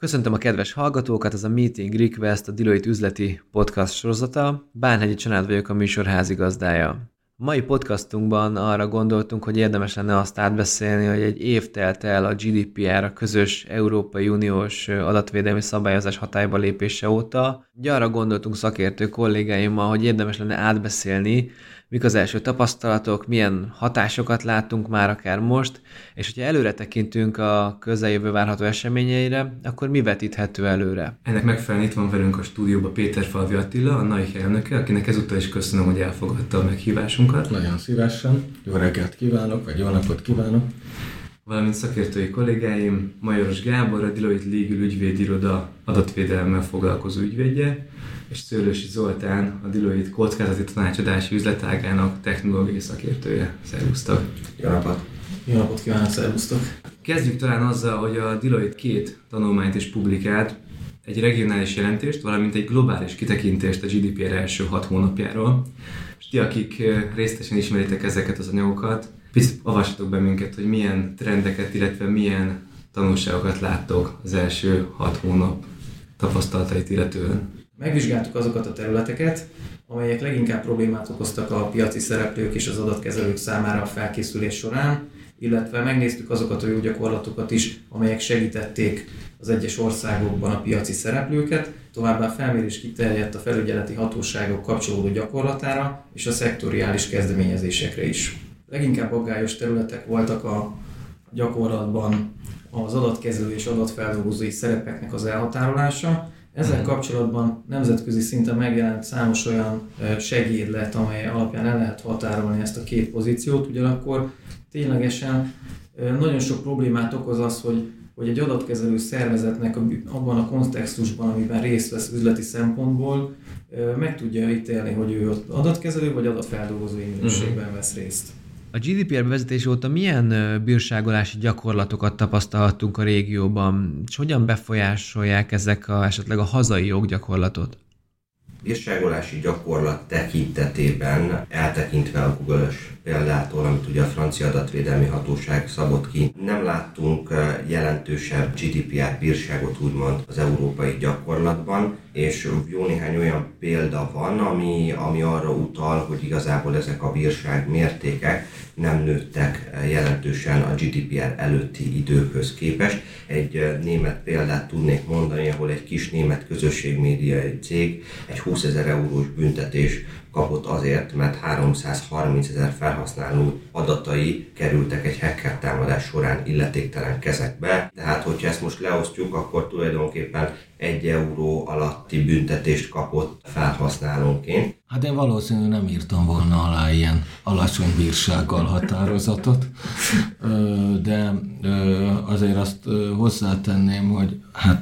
Köszöntöm a kedves hallgatókat, ez a Meeting Request, a Deloitte üzleti podcast sorozata. Bánhegyi Csanád vagyok, a műsor házigazdája. A mai podcastunkban arra gondoltunk, hogy érdemes lenne azt átbeszélni, hogy egy év telt el a GDPR, a közös Európai Uniós adatvédelmi szabályozás hatályba lépése óta. Ugye arra gondoltunk szakértő kollégáimmal, hogy érdemes lenne átbeszélni, mik az első tapasztalatok, milyen hatásokat láttunk már akár most, és hogyha előre tekintünk a közeljövő várható eseményeire, akkor mi vetíthető előre? Ennek megfelelően itt van velünk a stúdióban Péterfalvi Attila, a NAIH elnöke, akinek ezúttal is köszönöm, hogy elfogadta a meghívásunkat. Nagyon szívesen. Jó reggelt kívánok, vagy jó napot kívánok. Valamint szakértői kollégáim, Majoros Gábor, a Deloitte Legal ügyvédiroda adatvédelemmel foglalkozó ügyvédje, és Szőlősi Zoltán, a Deloitte kockázati tanácsadási üzletágának technológiai szakértője. Szervusztok! Jó napot! Jó napot kívánok, szervusztok! Kezdjük talán azzal, hogy a Deloitte 2 tanulmányt is publikált, egy regionális jelentést, valamint egy globális kitekintést a GDPR első 6 hónapjáról. És ti, akik részletesen ismeritek ezeket az anyagokat, picit avassatok be minket, hogy milyen trendeket, illetve milyen tanulságokat láttok az első 6 hónap tapasztalatait illetően. Megvizsgáltuk azokat a területeket, amelyek leginkább problémát okoztak a piaci szereplők és az adatkezelők számára a felkészülés során, illetve megnéztük azokat a jó gyakorlatokat is, amelyek segítették az egyes országokban a piaci szereplőket, továbbá a felmérés kiterjedt a felügyeleti hatóságok kapcsolódó gyakorlatára és a szektoriális kezdeményezésekre is. Leginkább aggályos területek voltak a gyakorlatban az adatkezelő és adatfeldolgozói szerepeknek az elhatárolása. Ezzel kapcsolatban nemzetközi szinten megjelent számos olyan segédlet, amely alapján el lehet határolni ezt a két pozíciót, ugyanakkor ténylegesen nagyon sok problémát okoz az, hogy egy adatkezelő szervezetnek abban a kontextusban, amiben részt vesz üzleti szempontból, meg tudja ítélni, hogy ő adatkezelő vagy adatfeldolgozói minőségben vesz részt. A GDPR bevezetés óta milyen bírságolási gyakorlatokat tapasztalhattunk a régióban, és hogyan befolyásolják ezek esetleg a hazai joggyakorlatot? Bírságolási gyakorlat tekintetében, eltekintve a Google-ös példától, amit ugye a francia adatvédelmi hatóság szabott ki, nem láttunk jelentősebb GDPR bírságot úgymond az európai gyakorlatban, és jó néhány olyan példa van, ami arra utal, hogy igazából ezek a bírság mértékek nem nőttek jelentősen a GDPR előtti időkhöz képest. Egy német példát tudnék mondani, ahol egy kis német közösségmédiai cég egy 20 000 eurós büntetés kapott azért, mert 330 000 felhasználó adatai kerültek egy hacker támadás során illetéktelen kezekbe. Tehát, hogyha ezt most leosztjuk, akkor tulajdonképpen 1 euró alatti büntetést kapott felhasználónként. Hát én valószínűleg nem írtam volna alá ilyen alacsony bírsággal határozatot, de azért azt hozzátenném, hogy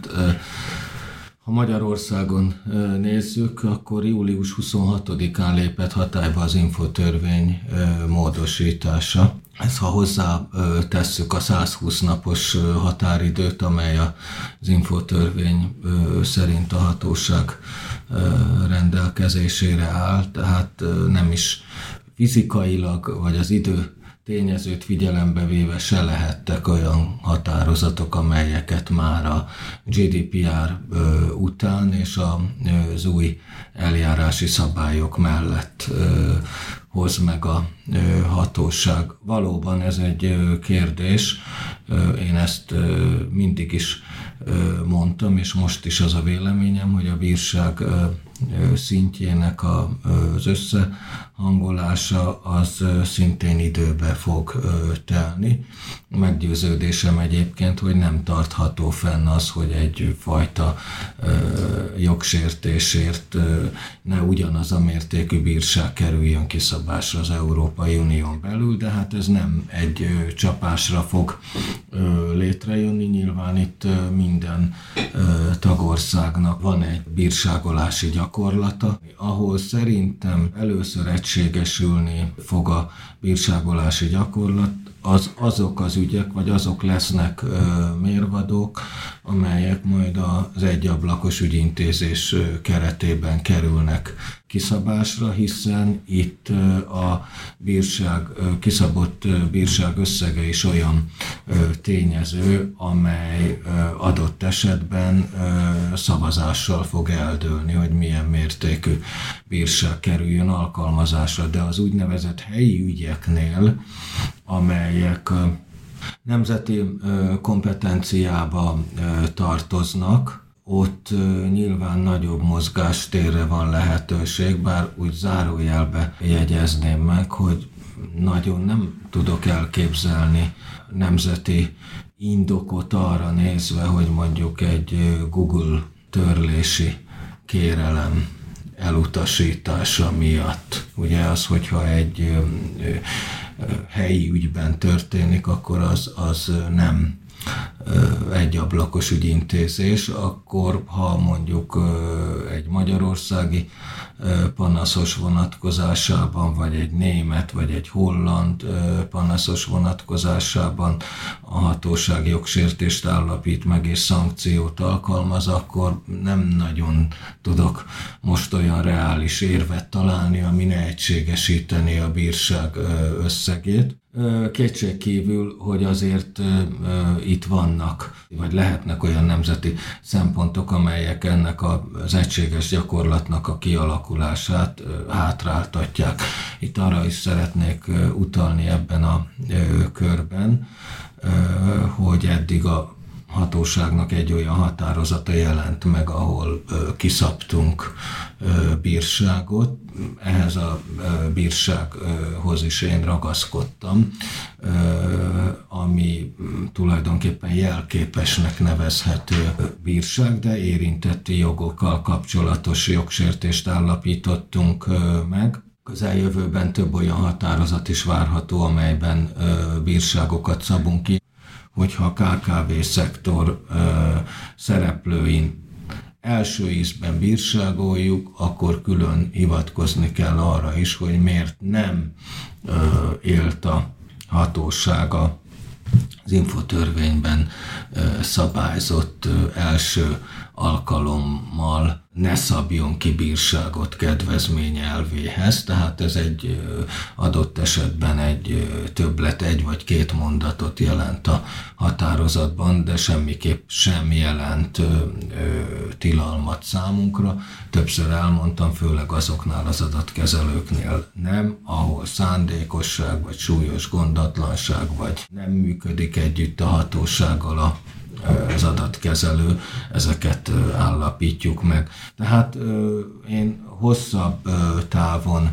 ha Magyarországon nézzük, akkor július 26-án lépett hatályba az infotörvény módosítása. Ezt ha hozzá tesszük a 120 napos határidőt, amely az infotörvény szerint a hatóság rendelkezésére áll, tehát nem is fizikailag, vagy az idő tényezőt figyelembe véve se lehettek olyan határozatok, amelyeket már a GDPR után és az új eljárási szabályok mellett hoz meg a hatóság. Valóban ez egy kérdés, én ezt mindig is mondtam, és most is az a véleményem, hogy a bírság szintjének az összehangolása az szintén időbe fog telni. Meggyőződésem egyébként, hogy nem tartható fenn az, hogy egyfajta jogsértésért ne ugyanaz a mértékű bírság kerüljön kiszabásra az Európai Unión belül, de hát ez nem egy csapásra fog létrejönni. Nyilván itt minden tagországnak van egy bírságolási gyakorlata, ahol szerintem először egységesülni fog a bírságolási gyakorlat, azok az ügyek, vagy azok lesznek mérvadók, amelyek majd az egyablakos ügyintézés keretében kerülnek kiszabásra, hiszen itt a kiszabott bírság összege is olyan tényező, amely adott esetben szavazással fog eldőlni, hogy milyen mértékű bírság kerüljön alkalmazásra, de az úgynevezett helyi ügyeknél, amelyek nemzeti kompetenciába tartoznak, ott nyilván nagyobb mozgástérre van lehetőség, bár úgy zárójelbe jegyezném meg, hogy nagyon nem tudok elképzelni nemzeti indokot arra nézve, hogy mondjuk egy Google törlési kérelem elutasítása miatt. Ugye az, hogyha egy helyi ügyben történik, akkor az nem egyablakos ügyintézés, akkor ha mondjuk egy magyarországi panaszos vonatkozásában, vagy egy német, vagy egy holland panaszos vonatkozásában a hatóság jogsértést állapít meg és szankciót alkalmaz, akkor nem nagyon tudok most olyan reális érvet találni, ami ne egységesíteni a bírság összegét. Kétségkívül, hogy azért itt vannak, vagy lehetnek olyan nemzeti szempontok, amelyek ennek az egységes gyakorlatnak a kialakulását hátráltatják. Itt arra is szeretnék utalni ebben a körben, hogy eddig a hatóságnak egy olyan határozata jelent meg, ahol kiszabtunk bírságot. Ehhez a bírsághoz is én ragaszkodtam, ami tulajdonképpen jelképesnek nevezhető bírság, de érintetti jogokkal kapcsolatos jogsértést állapítottunk meg. Közeljövőben több olyan határozat is várható, amelyben bírságokat szabunk ki, hogyha a KKV-szektor szereplőin első ízben bírságoljuk, akkor külön hivatkozni kell arra is, hogy miért nem élt a hatóság az infotörvényben szabályzott első alkalommal ne szabjon ki bírságot kedvezmény elvéhez, tehát ez egy adott esetben egy többlet, egy vagy két mondatot jelent a határozatban, de semmiképp sem jelent tilalmat számunkra. Többször elmondtam, főleg azoknál az adatkezelőknél nem, ahol szándékosság vagy súlyos gondatlanság vagy nem működik együtt a hatósággal az adatkezelő, ezeket állapítjuk meg. Tehát én hosszabb távon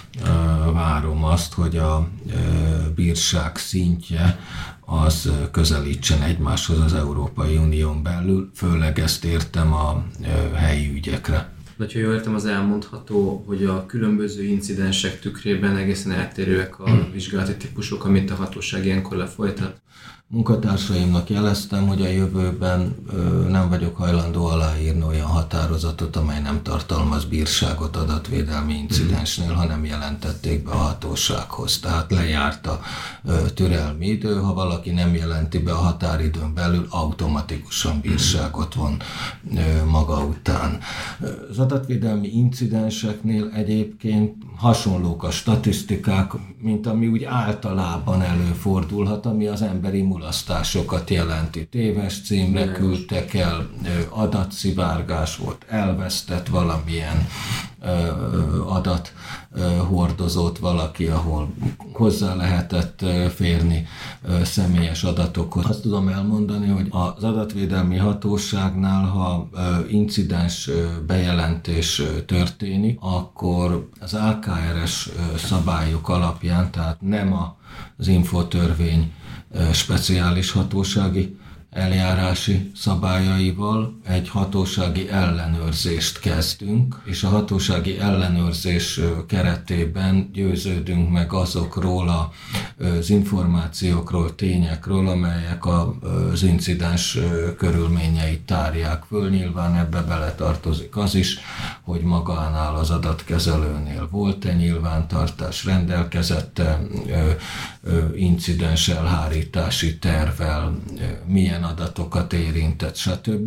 várom azt, hogy a bírság szintje az közelítsen egymáshoz az Európai Unión belül, főleg ezt értem a helyi ügyekre. De ha jól értem, az elmondható, hogy a különböző incidensek tükrében egészen eltérőek a vizsgálati típusok, amit a hatóság ilyenkor lefolytat. Munkatársaimnak jeleztem, hogy a jövőben nem vagyok hajlandó aláírni olyan határozatot, amely nem tartalmaz bírságot adatvédelmi incidensnél, hanem jelentették be a hatósághoz. Tehát lejárt a türelmi idő, ha valaki nem jelenti be a határidőn belül, automatikusan bírságot von maga után. Az adatvédelmi incidenseknél egyébként hasonlók a statisztikák, mint ami úgy általában előfordulhat, ami az emberi mulasztásokat jelenti. Téves címre küldtek el, adatszivárgás volt, elvesztett valamilyen adathordozót valaki, ahol hozzá lehetett férni személyes adatokhoz. Azt tudom elmondani, hogy az adatvédelmi hatóságnál, ha incidens bejelentés történik, akkor az AKRS szabályok alapján, tehát nem az infotörvény speciális hatósági eljárási szabályaival egy hatósági ellenőrzést kezdünk, és a hatósági ellenőrzés keretében győződünk meg azokról az információkról, tényekről, amelyek az incidens körülményeit tárják föl. Nyilván ebbe beletartozik az is, hogy magánál az adatkezelőnél volt-e nyilvántartás, rendelkezett-e incidens elhárítási tervvel, milyen adatokat érintett, stb.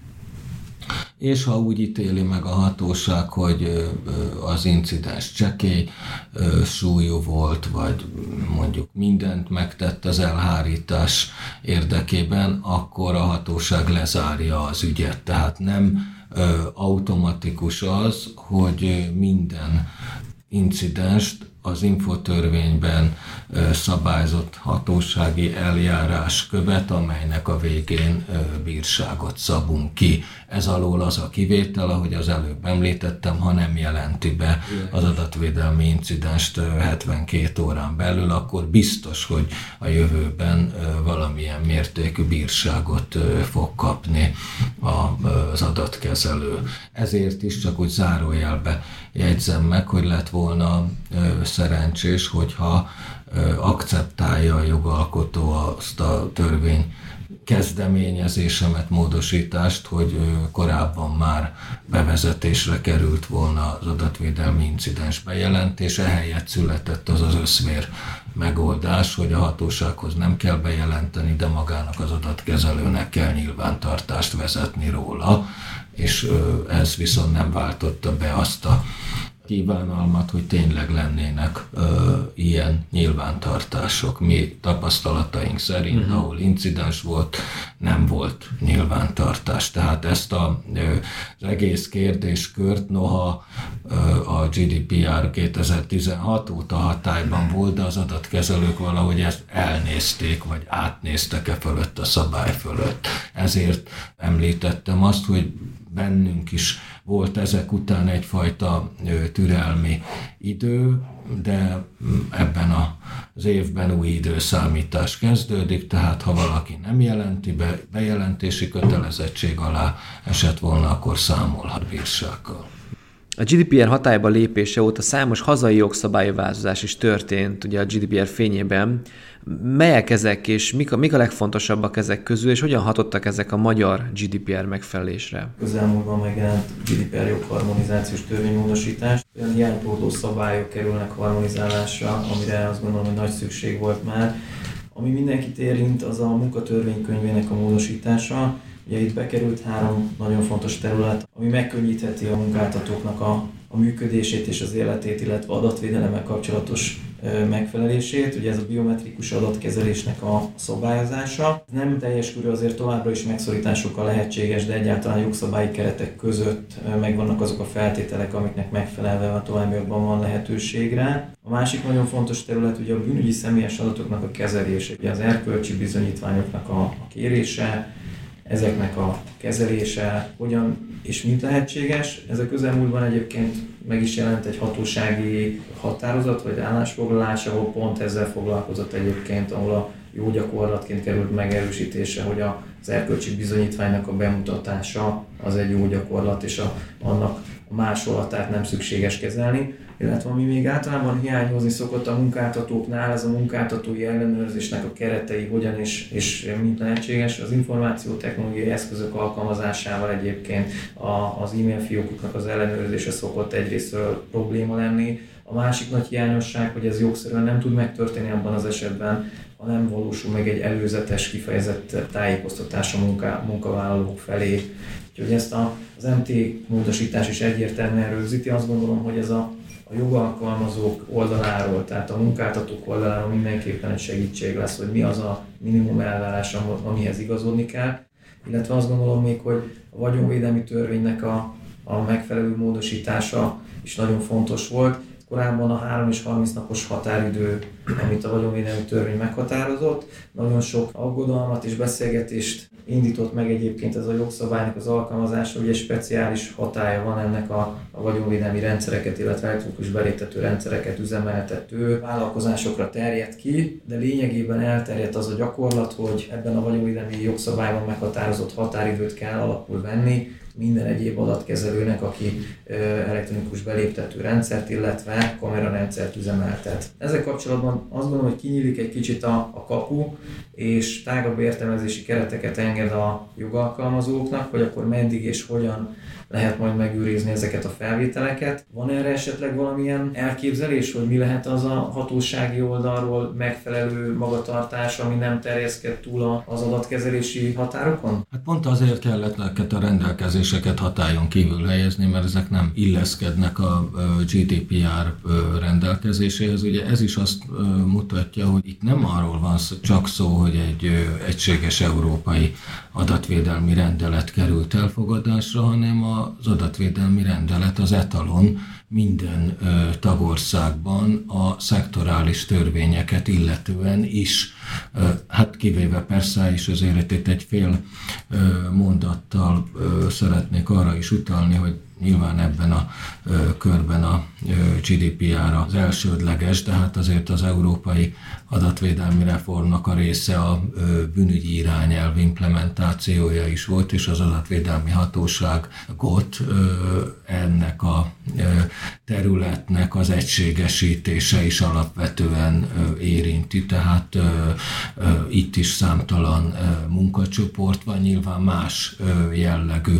És ha úgy ítéli meg a hatóság, hogy az incidens csekély súlyú volt, vagy mondjuk mindent megtett az elhárítás érdekében, akkor a hatóság lezárja az ügyet. Tehát nem automatikus az, hogy minden incidenst az infotörvényben szabályzott hatósági eljárás követ, amelynek a végén bírságot szabunk ki. Ez alól az a kivétel, ahogy az előbb említettem, ha nem jelenti be az adatvédelmi incidenst 72 órán belül, akkor biztos, hogy a jövőben valamilyen mértékű bírságot fog kapni az adatkezelő. Ezért is csak úgy zárójelbe jegyzem meg, hogy lett volna szerencsés, hogyha akceptálja a jogalkotó azt a törvény kezdeményezésemet, módosítást, hogy korábban már bevezetésre került volna az adatvédelmi incidens bejelentés, ehelyett született az az összvér megoldás, hogy a hatósághoz nem kell bejelenteni, de magának az adatkezelőnek kell nyilvántartást vezetni róla, és ez viszont nem váltotta be azt a kívánalmat, hogy tényleg lennének ilyen nyilvántartások. Mi tapasztalataink szerint, ahol incidens volt, nem volt nyilvántartás. Tehát ezt az egész kérdéskört, noha a GDPR 2016 óta hatályban volt, de az adatkezelők valahogy ezt elnézték, vagy átnéztek fölött a szabály fölött. Ezért említettem azt, hogy bennünk is volt ezek után egyfajta türelmi idő, de ebben az évben új időszámítás kezdődik, tehát ha valaki nem jelenti be, bejelentési kötelezettség alá esett volna, akkor számolhat bírsággal. A GDPR hatályba lépése óta számos hazai jogszabályváltozás is történt, ugye a GDPR fényében. Melyek ezek, és mik a legfontosabbak ezek közül, és hogyan hatottak ezek a magyar GDPR megfelelésre? Közelmúltban megjelent GDPR jogharmonizációs törvénymódosítás. Olyan hiánypótló szabályok kerülnek harmonizálásra, amire azt gondolom, hogy nagy szükség volt már. Ami mindenkit érint, az a munkatörvénykönyvének a módosítása. Ugye itt bekerült 3 nagyon fontos terület, ami megkönnyítheti a munkáltatóknak a működését és az életét, illetve adatvédelemmel kapcsolatos megfelelését. Ugye ez a biometrikus adatkezelésnek a szabályozása. Nem teljes körű, azért továbbra is megszorításokkal lehetséges, de egyáltalán jogszabályi keretek között megvannak azok a feltételek, amiknek megfelelve a továbbiakban van lehetőségre. A másik nagyon fontos terület ugye a bűnügyi személyes adatoknak a kezelése, ugye az erkölcsi bizonyítványoknak a kérése, ezeknek a kezelése, hogyan és mint lehetséges. Ez a közelmúltban egyébként meg is jelent egy hatósági határozat vagy állásfoglalás, ahol pont ezzel foglalkozott egyébként, ahol a jó gyakorlatként került megerősítése, hogy az erkölcsi bizonyítványnak a bemutatása az egy jó gyakorlat, és annak a másolatát nem szükséges kezelni. Illetve ami még általában hiányozni szokott a munkáltatóknál, ez a munkáltatói ellenőrzésnek a keretei, hogyan és mint lehetséges. Az információtechnológiai eszközök alkalmazásával egyébként az e-mail fiókoknak az ellenőrzése szokott egyrésztről probléma lenni. A másik nagy hiányosság, hogy ez jogszerűen nem tud megtörténni abban az esetben, ha nem valósul meg egy előzetes, kifejezett tájékoztatás a munkavállalók felé. Úgyhogy ezt az MT módosítás is egyértelműen rögzíti. Azt gondolom, hogy ez a jogalkalmazók oldaláról, tehát a munkáltatók oldaláról mindenképpen egy segítség lesz, hogy mi az a minimum elvárás, amihez igazodni kell. Illetve azt gondolom még, hogy a vagyonvédelmi törvénynek a megfelelő módosítása is nagyon fontos volt. Korábban a 3 és 30 napos határidő, amit a vagyonvédelmi törvény meghatározott, nagyon sok aggodalmat és beszélgetést indított meg egyébként ez a jogszabálynak az alkalmazása, hogy egy speciális hatálya van ennek a vagyonvédelmi rendszereket, illetve elektronikus beléptető rendszereket üzemeltető vállalkozásokra terjed ki, de lényegében elterjedt az a gyakorlat, hogy ebben a vagyonvédelmi jogszabályban meghatározott határidőt kell alapul venni minden egyéb adatkezelőnek, aki elektronikus beléptető rendszert, illetve kamerarendszert üzemeltet. Ezzel kapcsolatban azt gondolom, hogy kinyílik egy kicsit a kapu, és tágabb értelmezési kereteket enged a jogalkalmazóknak, hogy akkor meddig és hogyan lehet majd megőrizni ezeket a felvételeket. Van erre esetleg valamilyen elképzelés, hogy mi lehet az a hatósági oldalról megfelelő magatartás, ami nem terjeszked túl az adatkezelési határokon? Hát pont azért kellett ezeket a rendelkezéseket hatályon kívül helyezni, mert ezek nem illeszkednek a GDPR rendelkezéséhez. Ugye ez is azt mutatja, hogy itt nem arról van csak szó, hogy egy egységes európai adatvédelmi rendelet került elfogadásra, hanem az adatvédelmi rendelet az etalon minden tagországban a szektorális törvényeket illetően is. Hát kivéve persze, és azért itt egy fél mondattal szeretnék arra is utalni, hogy nyilván ebben a körben a GDPR az elsődleges, de hát azért az európai adatvédelmi reformnak a része a bűnügyi irányelv implementációja is volt, és az adatvédelmi hatóságot ennek a területnek az egységesítése is alapvetően érinti, tehát itt is számtalan munkacsoport van, nyilván más jellegű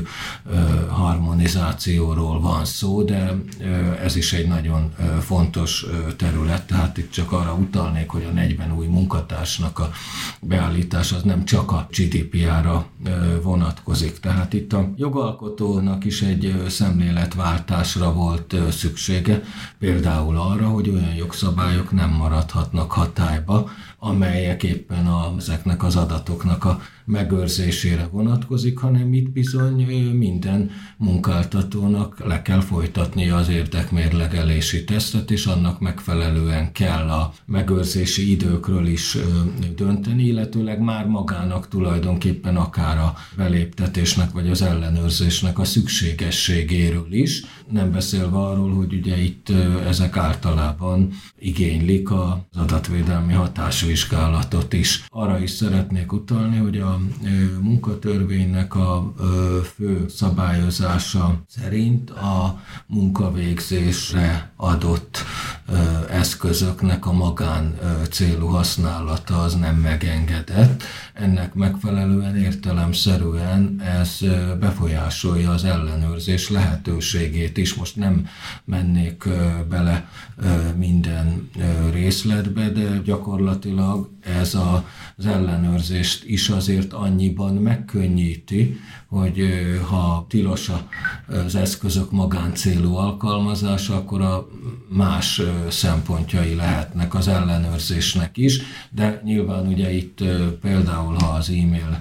harmonizációról van szó, de ez is egy nagyon fontos terület, tehát itt csak arra utalnék, hogy a 40 új munkatársnak a beállítás az nem csak a GDPR-ra vonatkozik, tehát itt a jogalkotónak is egy szemléletváltásra volt szüksége, például arra, hogy olyan jogszabályok nem maradhatnak hatályba, amelyek éppen ezeknek az adatoknak a megőrzésére vonatkozik, hanem itt bizony minden munkáltatónak le kell folytatnia az érdekmérlegelési tesztet, és annak megfelelően kell a megőrzési időkről is dönteni, illetőleg már magának tulajdonképpen akár a beléptetésnek vagy az ellenőrzésnek a szükségességéről is, nem beszélve arról, hogy ugye itt ezek általában igénylik az adatvédelmi hatásvizsgálatot is. Arra is szeretnék utalni, hogy a munkatörvénynek a fő szabályozása szerint a munkavégzésre adott eszközöknek a magán célú használata az nem megengedett. Ennek megfelelően értelemszerűen ez befolyásolja az ellenőrzés lehetőségét is. Most nem mennék bele minden részletbe, de gyakorlatilag ez az ellenőrzést is azért annyiban megkönnyíti, hogy ha tilos az eszközök magáncélú alkalmazása, akkor a más szempontjai lehetnek az ellenőrzésnek is, de nyilván ugye itt például, ha az e-mail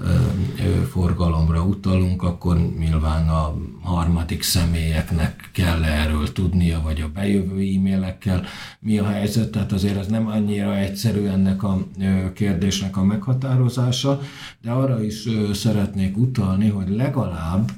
forgalomra utalunk, akkor nyilván a harmadik személyeknek kell erről tudnia, vagy a bejövő e-mailekkel mi a helyzet, tehát azért ez nem annyira egyszerű ennek a kérdésnek a meghatározása, de arra is szeretnék utalni, hogy legalább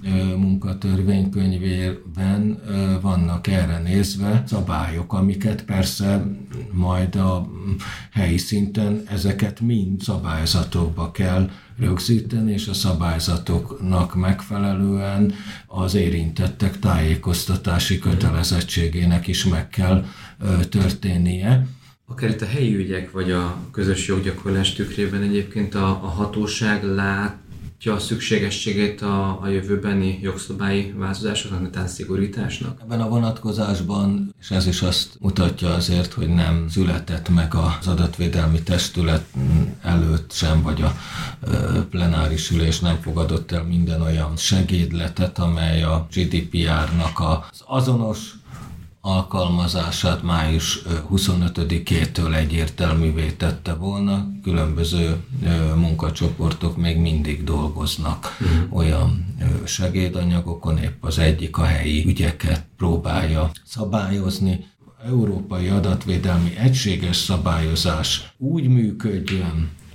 munkatörvénykönyvében vannak erre nézve szabályok, amiket persze majd a helyi szinten ezeket mind szabályzatokba kell rögzíteni, és a szabályzatoknak megfelelően az érintettek tájékoztatási kötelezettségének is meg kell történnie. Akár itt a helyi ügyek vagy a közös joggyakorlás tükrében egyébként a hatóság látja a szükségességét a jövőbeni jogszabályi változásoknak, netán szigorításnak? Ebben a vonatkozásban, és ez is azt mutatja azért, hogy nem született meg az adatvédelmi testület előtt sem, vagy a plenáris ülés nem fogadott el minden olyan segédletet, amely a GDPR-nak az azonos alkalmazását május 25-től egyértelművé tette volna. Különböző munkacsoportok még mindig dolgoznak olyan segédanyagokon, épp az egyik a helyi ügyeket próbálja szabályozni. Európai adatvédelmi egységes szabályozás úgy működjön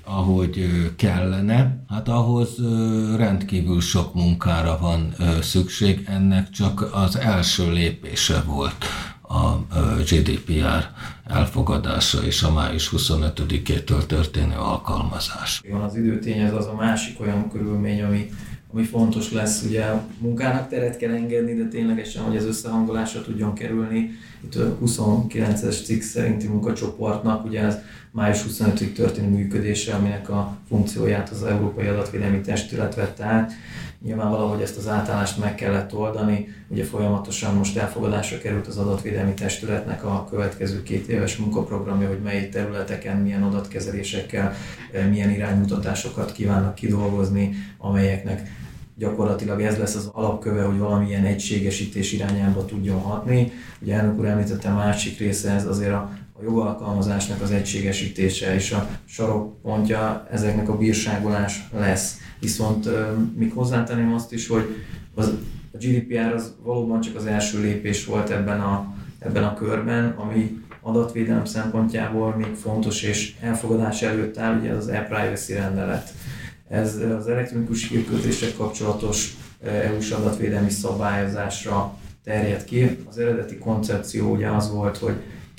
ahogy kellene, hát ahhoz rendkívül sok munkára van szükség, ennek csak az első lépése volt a GDPR elfogadása és a május 25-től történő alkalmazás. Van az időtény, ez az a másik olyan körülmény, ami fontos lesz, ugye a munkának teret kell engedni, de ténylegesen, hogy ez összehangolásra tudjon kerülni. Itt a 29-es cikk szerinti munkacsoportnak ugye ez május 25-ig történő működése, aminek a funkcióját az Európai Adatvédelmi Testület vette át. Nyilván valahogy ezt az átállást meg kellett oldani, ugye folyamatosan most elfogadásra került az Adatvédelmi Testületnek a következő 2 éves munkaprogramja, hogy mely területeken milyen adatkezelésekkel, milyen iránymutatásokat kívánnak kidolgozni, amelyeknek gyakorlatilag ez lesz az alapköve, hogy valamilyen egységesítés irányába tudjon hatni. Ugye elnök úr említette, másik része ez azért a jogalkalmazásnak az egységesítése, és a sarokpontja ezeknek a bírságolás lesz. Viszont még hozzátenném azt is, hogy a GDPR az valóban csak az első lépés volt ebben a körben, ami adatvédelem szempontjából még fontos és elfogadás előtt áll, ugye az e-privacy rendelet. Ez az elektronikus hírközléssel kapcsolatos EU-s adatvédelmi szabályozásra terjed ki. Az eredeti koncepció ugye az volt, hogy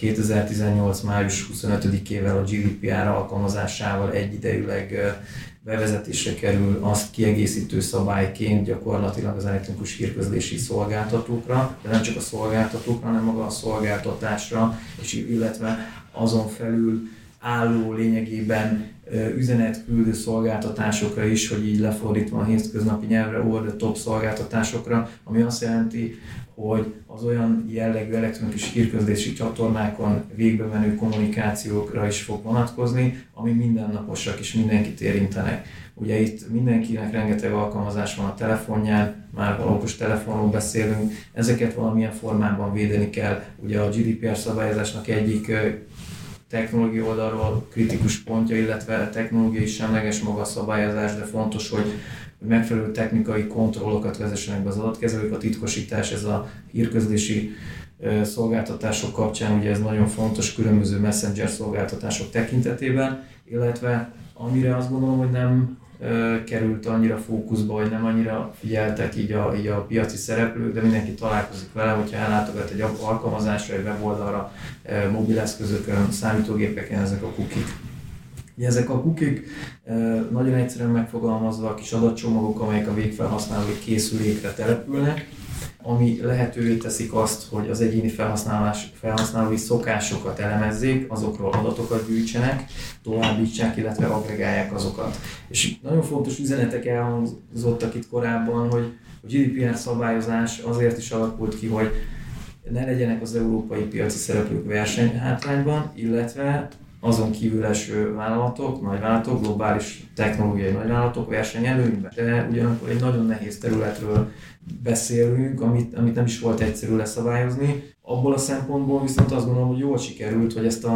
2018. május 25-ével a GDPR alkalmazásával egyidejűleg bevezetésre kerül, azt kiegészítő szabályként gyakorlatilag az elektronikus hírközlési szolgáltatókra, de nem csak a szolgáltatókra, hanem maga a szolgáltatásra, és illetve azon felül álló lényegében üzenetküldő szolgáltatásokra is, hogy így lefordítva a hétköznapi nyelvre, over the top szolgáltatásokra, ami azt jelenti, hogy az olyan jellegű elektronikus hírközlési csatornákon végbe menő kommunikációkra is fog vonatkozni, ami mindennaposak és mindenkit érintenek. Ugye itt mindenkinek rengeteg alkalmazás van a telefonján, már a okos telefonról beszélünk, ezeket valamilyen formában védeni kell. Ugye a GDPR szabályozásnak egyik technológiai oldalról kritikus pontja, illetve technológiai semleges maga a szabályozás, de fontos, hogy megfelelő technikai kontrollokat vezessenek be az adatkezelők. A titkosítás, ez a hírközlési szolgáltatások kapcsán, ugye ez nagyon fontos különböző messenger szolgáltatások tekintetében, illetve amire azt gondolom, hogy nem került annyira fókuszba, vagy nem annyira figyeltek így a piaci szereplők, de mindenki találkozik vele, hogyha ellátogat egy alkalmazásra, egy weboldalra, mobileszközökön, számítógépeken, ezek a cookie-k. Ezek a cookie-k nagyon egyszerűen megfogalmazva a kis adatcsomagok, amelyek a végfelhasználói készülékre települnek, ami lehetővé teszik azt, hogy az egyéni felhasználói szokásokat elemezzék, azokról adatokat gyűjtsenek, továbbítsák, illetve agregálják azokat. És nagyon fontos üzenetek elhangzottak itt korábban, hogy a GDPR szabályozás azért is alakult ki, hogy ne legyenek az európai piaci szereplők versenyhátrányban, illetve azon kívül eső vállalatok, nagyvállalatok, globális technológiai nagyvállalatok versenyelőnyben. De ugyanakkor egy nagyon nehéz területről beszélünk, amit nem is volt egyszerű leszabályozni. Abból a szempontból viszont azt gondolom, hogy jól sikerült, hogy ezt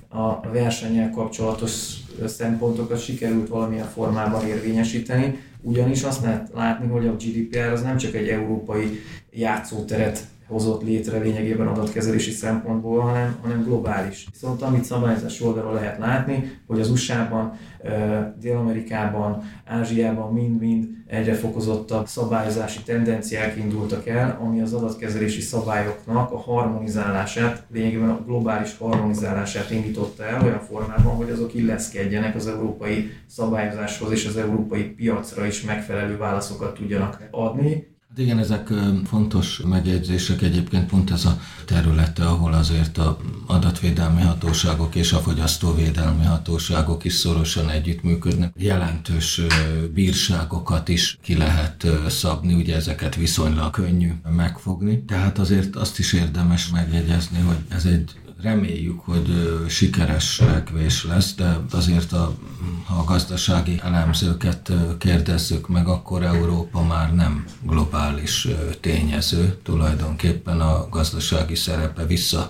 a versennyel kapcsolatos szempontokat sikerült valamilyen formában érvényesíteni, ugyanis azt lehet látni, hogy a GDPR az nem csak egy európai játszóteret hozott létre lényegében adatkezelési szempontból, hanem globális. Viszont amit szabályozás oldalról lehet látni, hogy az USA-ban, Dél-Amerikában, Ázsiában mind-mind egyre fokozottabb szabályozási tendenciák indultak el, ami az adatkezelési szabályoknak a harmonizálását, lényegében a globális harmonizálását indította el olyan formában, hogy azok illeszkedjenek az európai szabályozáshoz és az európai piacra is megfelelő válaszokat tudjanak adni. Hát igen, ezek fontos megjegyzések, egyébként pont ez a területe, ahol azért az adatvédelmi hatóságok és a fogyasztóvédelmi hatóságok is szorosan együttműködnek. Jelentős bírságokat is ki lehet szabni, ugye ezeket viszonylag könnyű megfogni. Tehát azért azt is érdemes megjegyezni, hogy ez egy reméljük, hogy sikeres cselekvés lesz, de azért ha a gazdasági elemzőket kérdezzük meg, akkor Európa már nem globális tényező. Tulajdonképpen a gazdasági szerepe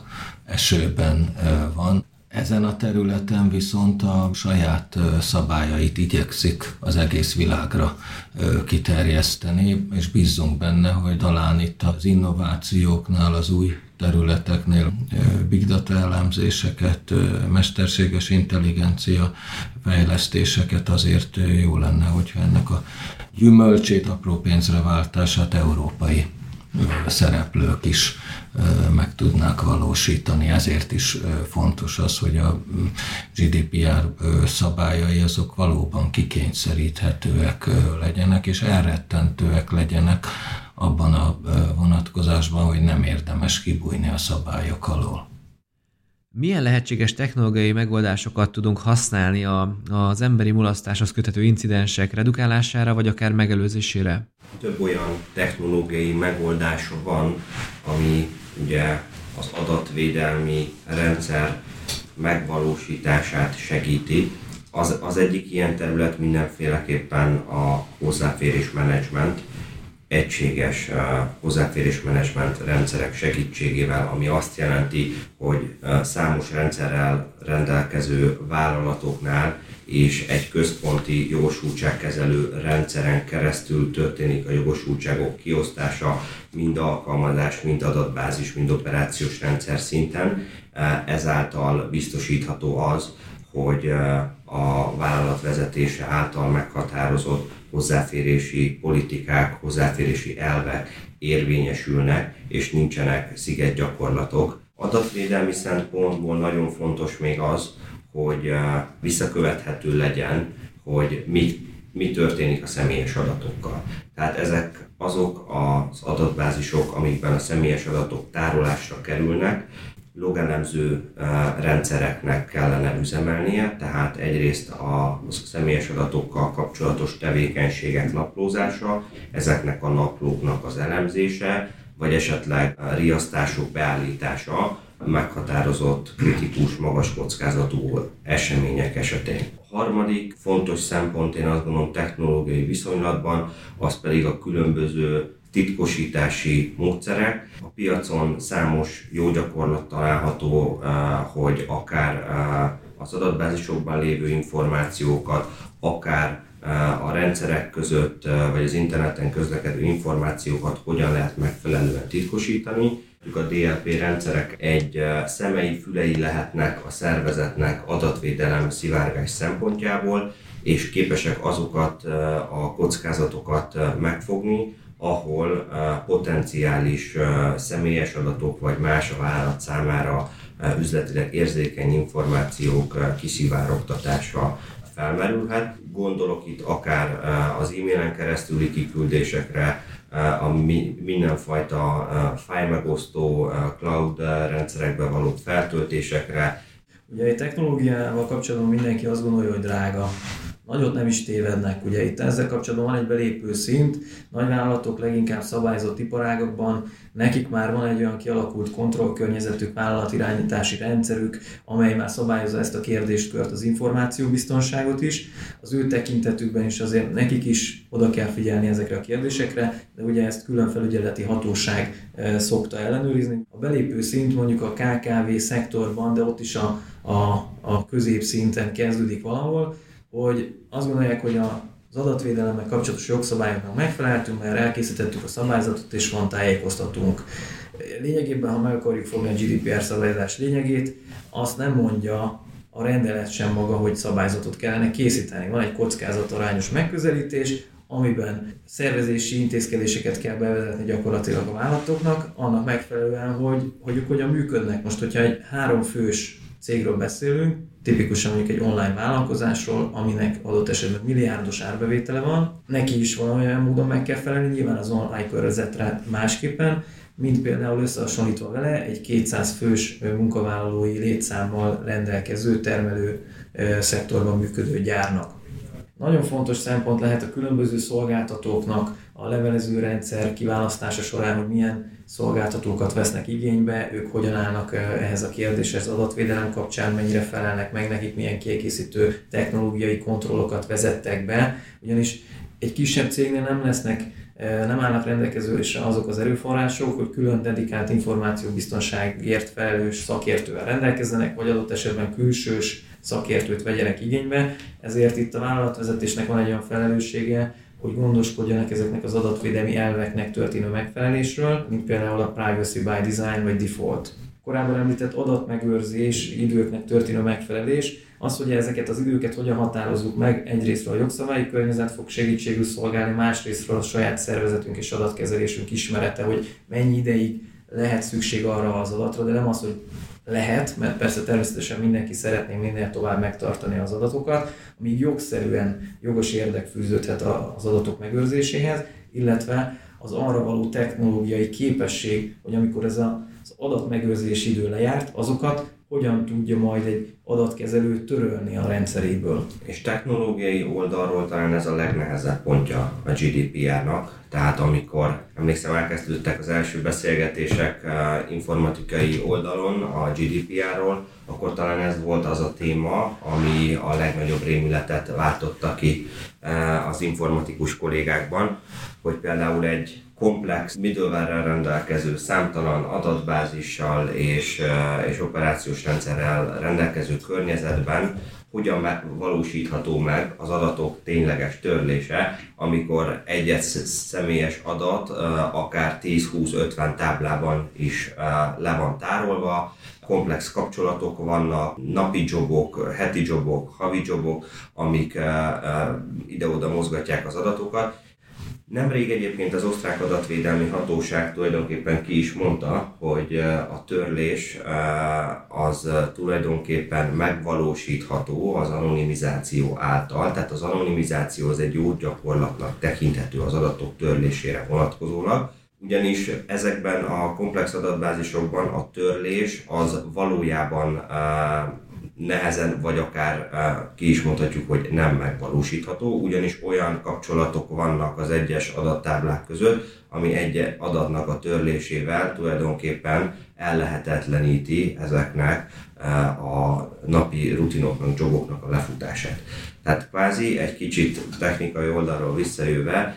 visszaesőben van. Ezen a területen viszont a saját szabályait igyekszik az egész világra kiterjeszteni, és bízzunk benne, hogy talán itt az innovációknál, az új területeknél big data elemzéseket, mesterséges intelligencia fejlesztéseket, azért jó lenne, hogyha ennek a gyümölcsét, apró pénzre váltását európai szereplők is meg tudnák valósítani. Ezért is fontos az, hogy a GDPR szabályai azok valóban kikényszeríthetőek legyenek, és elrettentőek legyenek abban a vonatkozásban, hogy nem érdemes kibújni a szabályok alól. Milyen lehetséges technológiai megoldásokat tudunk használni az emberi mulasztáshoz köthető incidensek redukálására, vagy akár megelőzésére? Több olyan technológiai megoldása van, ami ugye az adatvédelmi rendszer megvalósítását segíti. Az egyik ilyen terület mindenféleképpen a hozzáférésmenedzsment, egységes hozzáférésmenedzsment rendszerek segítségével, ami azt jelenti, hogy számos rendszerrel rendelkező vállalatoknál és egy központi jogosultságkezelő rendszeren keresztül történik a jogosultságok kiosztása, mind alkalmazás, mind adatbázis, mind operációs rendszer szinten. Ezáltal biztosítható az, hogy a vállalat vezetése által meghatározott hozzáférési politikák, hozzáférési elvek érvényesülnek, és nincsenek szigetgyakorlatok. Adatvédelmi szempontból nagyon fontos még az, hogy visszakövethető legyen, hogy mi történik a személyes adatokkal. Tehát ezek azok az adatbázisok, amikben a személyes adatok tárolásra kerülnek, logelemző rendszereknek kellene üzemelnie, tehát egyrészt a személyes adatokkal kapcsolatos tevékenységek naplózása, ezeknek a naplóknak az elemzése, vagy esetleg riasztások beállítása meghatározott kritikus, magas kockázatú események esetén. A harmadik fontos szempont, én azt gondolom technológiai viszonylatban, az pedig a különböző titkosítási módszerek. A piacon számos jó gyakorlat található, hogy akár az adatbázisokban lévő információkat, akár a rendszerek között, vagy az interneten közlekedő információkat hogyan lehet megfelelően titkosítani. A DLP rendszerek egy szemei fülei lehetnek a szervezetnek adatvédelem szivárgás szempontjából, és képesek azokat a kockázatokat megfogni, ahol potenciális személyes adatok vagy más a vállalat számára üzletileg érzékeny információk kiszivárogtatása felmerülhet. Gondolok itt akár az e-mailen keresztüli kiküldésekre, a mindenfajta fájlmegosztó cloud rendszerekbe való feltöltésekre. Ugye egy technológiával kapcsolatban mindenki azt gondolja, hogy drága. Nagyot nem is tévednek. Ugye itt ezzel kapcsolatban van egy belépő szint, nagyvállalatok leginkább szabályozott iparágakban, nekik már van egy olyan kialakult kontrollkörnyezetük, vállalatirányítási rendszerük, amely már szabályozza ezt a kérdéskört, az információbiztonságot is. Az ő tekintetükben is azért nekik is oda kell figyelni ezekre a kérdésekre, de ugye ezt külön felügyeleti hatóság szokta ellenőrizni. A belépő szint mondjuk a KKV szektorban, de ott is a középszinten kezdődik valahol, hogy azt gondolják, hogy az adatvédelemmel kapcsolatos jogszabályoknak megfeleltünk, mert elkészítettük a szabályzatot és van tájékoztatunk. Lényegében, ha meg akarjuk fogni a GDPR szabályozás lényegét, azt nem mondja a rendelet sem maga, hogy szabályzatot kellene készíteni. Van egy kockázatarányos megközelítés, amiben szervezési intézkedéseket kell bevezetni gyakorlatilag a vállalatoknak, annak megfelelően, hogy ők hogyan működnek. Most, hogyha egy 3 fős cégről beszélünk, tipikusan mondjuk egy online vállalkozásról, aminek adott esetben milliárdos árbevétele van, neki is valamilyen módon meg kell felelni, nyilván az online környezetre másképpen, mint például összehasonlítva vele egy 200 fős munkavállalói létszámmal rendelkező termelő szektorban működő gyárnak. Nagyon fontos szempont lehet a különböző szolgáltatóknak a levelező rendszer kiválasztása során, hogy milyen szolgáltatókat vesznek igénybe, ők hogyan állnak ehhez a kérdéshez az adatvédelem kapcsán, mennyire felelnek meg nekik, milyen kiegészítő technológiai kontrollokat vezettek be, ugyanis egy kisebb cégnél nem állnak rendelkezésre azok az erőforrások, hogy külön dedikált információbiztonságért felelős szakértővel rendelkezzenek, vagy adott esetben külsős szakértőt vegyenek igénybe, ezért itt a vállalatvezetésnek van egy olyan felelőssége, hogy gondoskodjanak ezeknek az adatvédelmi elveknek történő megfelelésről, mint például a privacy by design vagy default. Korábban említett adatmegőrzés, időknek történő megfelelés, az, hogy ezeket az időket hogyan határozzuk meg, egyrésztről a jogszabályi környezet fog segítségül szolgálni, másrésztről a saját szervezetünk és adatkezelésünk ismerete, hogy mennyi ideig lehet szükség arra az adatra, de nem az, hogy lehet, mert persze természetesen mindenki szeretné minél tovább megtartani az adatokat, amíg jogszerűen jogos érdek fűződhet az adatok megőrzéséhez, illetve az arra való technológiai képesség, hogy amikor ez az adatmegőrzési idő lejárt, azokat hogyan tudja majd egy adatkezelő törölni a rendszeréből. És technológiai oldalról talán ez a legnehezebb pontja a GDPR-nak, tehát amikor, emlékszem, elkezdődtek az első beszélgetések informatikai oldalon a GDPR-ról, akkor talán ez volt az a téma, ami a legnagyobb rémületet váltotta ki az informatikus kollégákban, hogy például egy komplex middleware-rel rendelkező, számtalan adatbázissal és operációs rendszerrel rendelkező környezetben hogyan valósítható meg az adatok tényleges törlése, amikor egy személyes adat akár 10-20-50 táblában is le van tárolva, komplex kapcsolatok vannak, napi jobok, heti jobok, havi jobok, amik ide-oda mozgatják az adatokat. Nemrég egyébként az osztrák adatvédelmi hatóság tulajdonképpen ki is mondta, hogy a törlés az tulajdonképpen megvalósítható az anonimizáció által, tehát az anonimizáció az egy jó gyakorlatnak tekinthető az adatok törlésére vonatkozólag, ugyanis ezekben a komplex adatbázisokban a törlés az valójában nehezen, vagy akár ki is mondhatjuk, hogy nem megvalósítható, ugyanis olyan kapcsolatok vannak az egyes adattáblák között, ami egy adatnak a törlésével tulajdonképpen ellehetetleníti ezeknek a napi rutinoknak, joboknak a lefutását. Tehát kvázi egy kicsit technikai oldalról visszajöve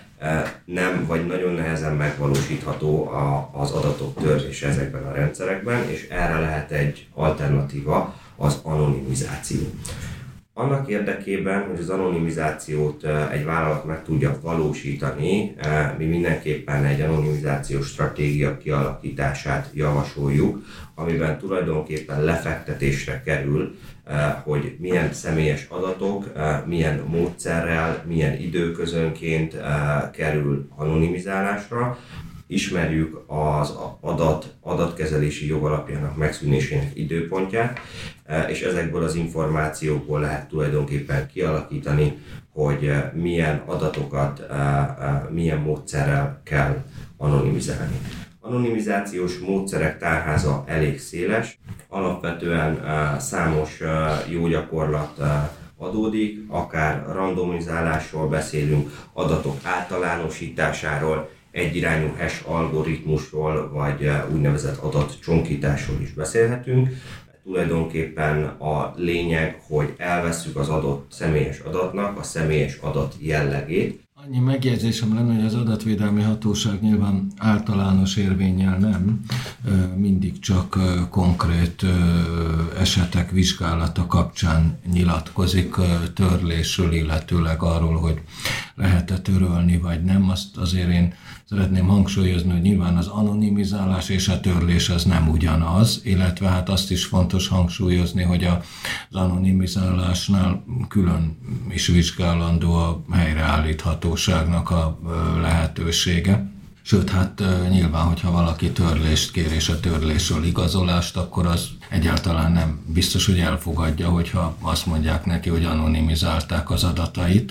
nem vagy nagyon nehezen megvalósítható az adatok törlése ezekben a rendszerekben, és erre lehet egy alternatíva, az anonimizáció. Annak érdekében, hogy az anonimizációt egy vállalat meg tudja valósítani, mi mindenképpen egy anonimizációs stratégia kialakítását javasoljuk, amiben tulajdonképpen lefektetésre kerül, hogy milyen személyes adatok, milyen módszerrel, milyen időközönként kerül anonimizálásra. Ismerjük az adatkezelési jogalapjának megszűnésének időpontját, és ezekből az információkból lehet tulajdonképpen kialakítani, hogy milyen adatokat, milyen módszerrel kell anonimizálni. Anonimizációs módszerek tárháza elég széles, alapvetően számos jó gyakorlat adódik, akár randomizálásról beszélünk, adatok általánosításáról, egyirányú hash algoritmusról, vagy úgynevezett adatcsonkításról is beszélhetünk. Tulajdonképpen a lényeg, hogy elvesszük az adott személyes adatnak a személyes adat jellegét. Annyi megjegyzésem lenne, hogy az adatvédelmi hatóság nyilván általános érvénnyel nem, mindig csak konkrét esetek vizsgálata kapcsán nyilatkozik törlésről, illetőleg arról, hogy lehet-e törölni vagy nem. Azt azért én szeretném hangsúlyozni, hogy nyilván az anonimizálás és a törlés az nem ugyanaz, illetve hát azt is fontos hangsúlyozni, hogy az anonimizálásnál külön is vizsgálandó a helyreállíthatóságnak a lehetősége. Sőt, hát nyilván, hogyha valaki törlést kér és a törlésről igazolást, akkor az egyáltalán nem biztos, hogy elfogadja, hogyha azt mondják neki, hogy anonimizálták az adatait.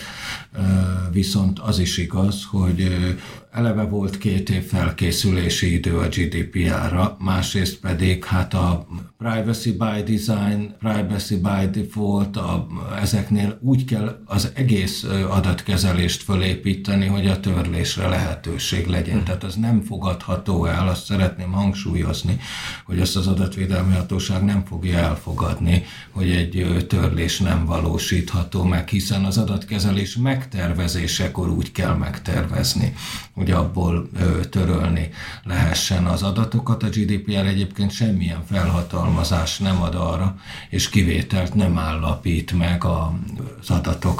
Viszont az is igaz, hogy eleve volt 2 év felkészülési idő a GDPR-ra, másrészt pedig hát a privacy by design, privacy by default, ezeknél úgy kell az egész adatkezelést fölépíteni, hogy a törlésre lehetőség legyen. Tehát az nem fogadható el, azt szeretném hangsúlyozni, hogy azt az adatvédelmi hatóság nem fogja elfogadni, hogy egy törlés nem valósítható meg, hiszen az adatkezelés megtervezésekor úgy kell megtervezni, hogy abból törölni lehessen az adatokat. A GDPR egyébként semmilyen felhatalmazás nem ad arra, és kivételt nem állapít meg az adatok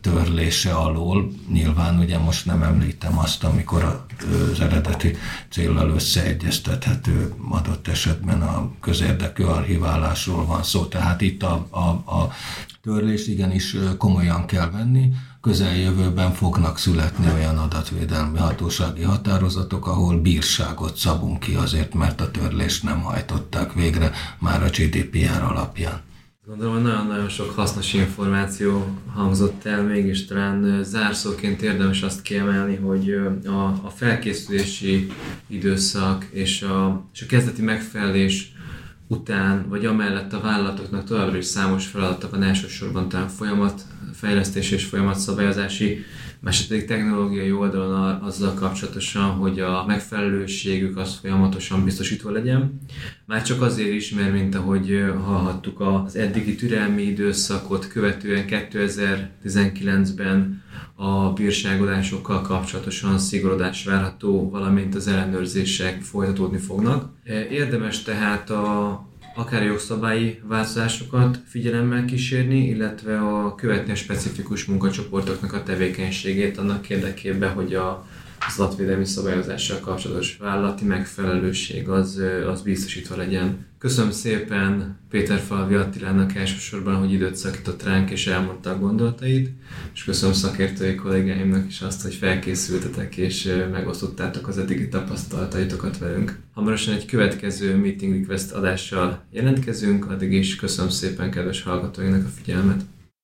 törlése alól. Nyilván ugye most nem említem azt, amikor az eredeti céllal összeegyeztethető adott esetben a közérdekű archiválásról van szó. Tehát itt a törlést igenis komolyan kell venni. Közeljövőben fognak születni olyan adatvédelmi hatósági határozatok, ahol bírságot szabunk ki azért, mert a törlést nem hajtották végre már a GDPR alapján. Gondolom, hogy nagyon-nagyon sok hasznos információ hangzott el, mégis talán zárszóként érdemes azt kiemelni, hogy a felkészülési időszak és a kezdeti megfelelés után, vagy amellett a vállalatoknak továbbra is számos feladata van, elsősorban talán folyamatfejlesztés és folyamatszabályozási, másrészt technológiai oldalon azzal kapcsolatosan, hogy a megfelelőségük az folyamatosan biztosítva legyen. Már csak azért is, mert mint ahogy hallhattuk, az eddigi türelmi időszakot követően 2019-ben a bírságodásokkal kapcsolatosan szigorodás várható, valamint az ellenőrzések folytatódni fognak. Érdemes tehát akár jogszabályi változásokat figyelemmel kísérni, illetve követni a specifikus munkacsoportoknak a tevékenységét annak érdekében, hogy az adatvédelmi szabályozással kapcsolatos vállalati megfelelőség az biztosítva legyen. Köszönöm szépen Péterfalvi Attilának elsősorban, hogy időt szakított ránk és elmondta a gondolatait, és köszönöm szakértői kollégáimnak is azt, hogy felkészültetek és megosztottátok az eddigi tapasztalataitokat velünk. Hamarosan egy következő Meeting Request adással jelentkezünk, addig is köszönöm szépen kedves hallgatóinak a figyelmet.